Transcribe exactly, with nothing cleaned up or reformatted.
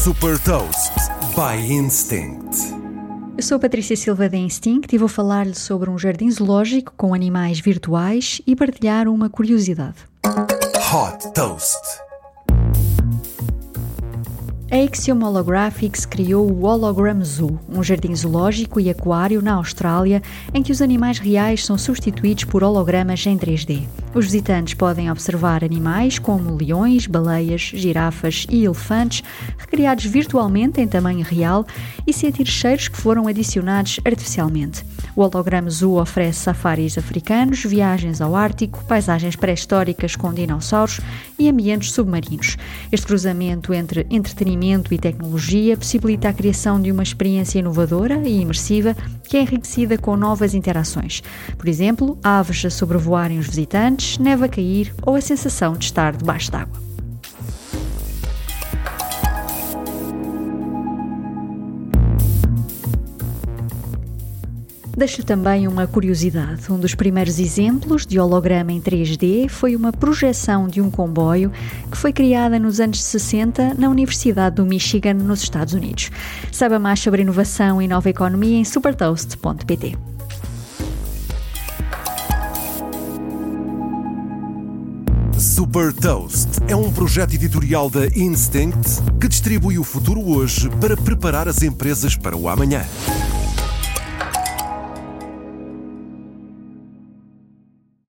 Super Toast by Instinct. Eu sou a Patrícia Silva da Instinct e vou falar-lhe sobre um jardim zoológico com animais virtuais e partilhar uma curiosidade. Hot Toast. A Axiom Holographics criou o Hologram Zoo, um jardim zoológico e aquário na Austrália em que os animais reais são substituídos por hologramas em três D. Os visitantes podem observar animais como leões, baleias, girafas e elefantes recriados virtualmente em tamanho real e sentir cheiros que foram adicionados artificialmente. O Hologram Zoo oferece safaris africanos, viagens ao Ártico, paisagens pré-históricas com dinossauros e ambientes submarinos. Este cruzamento entre entretenimento e tecnologia possibilita a criação de uma experiência inovadora e imersiva que é enriquecida com novas interações. Por exemplo, aves a sobrevoarem os visitantes, neve a cair ou a sensação de estar debaixo d'água. Deixo-lhe também uma curiosidade. Um dos primeiros exemplos de holograma em três D foi uma projeção de um comboio que foi criada nos anos sessenta na Universidade do Michigan, nos Estados Unidos. Saiba mais sobre inovação e nova economia em supertoast ponto pt. Super Toast é um projeto editorial da Instinct que distribui o futuro hoje para preparar as empresas para o amanhã.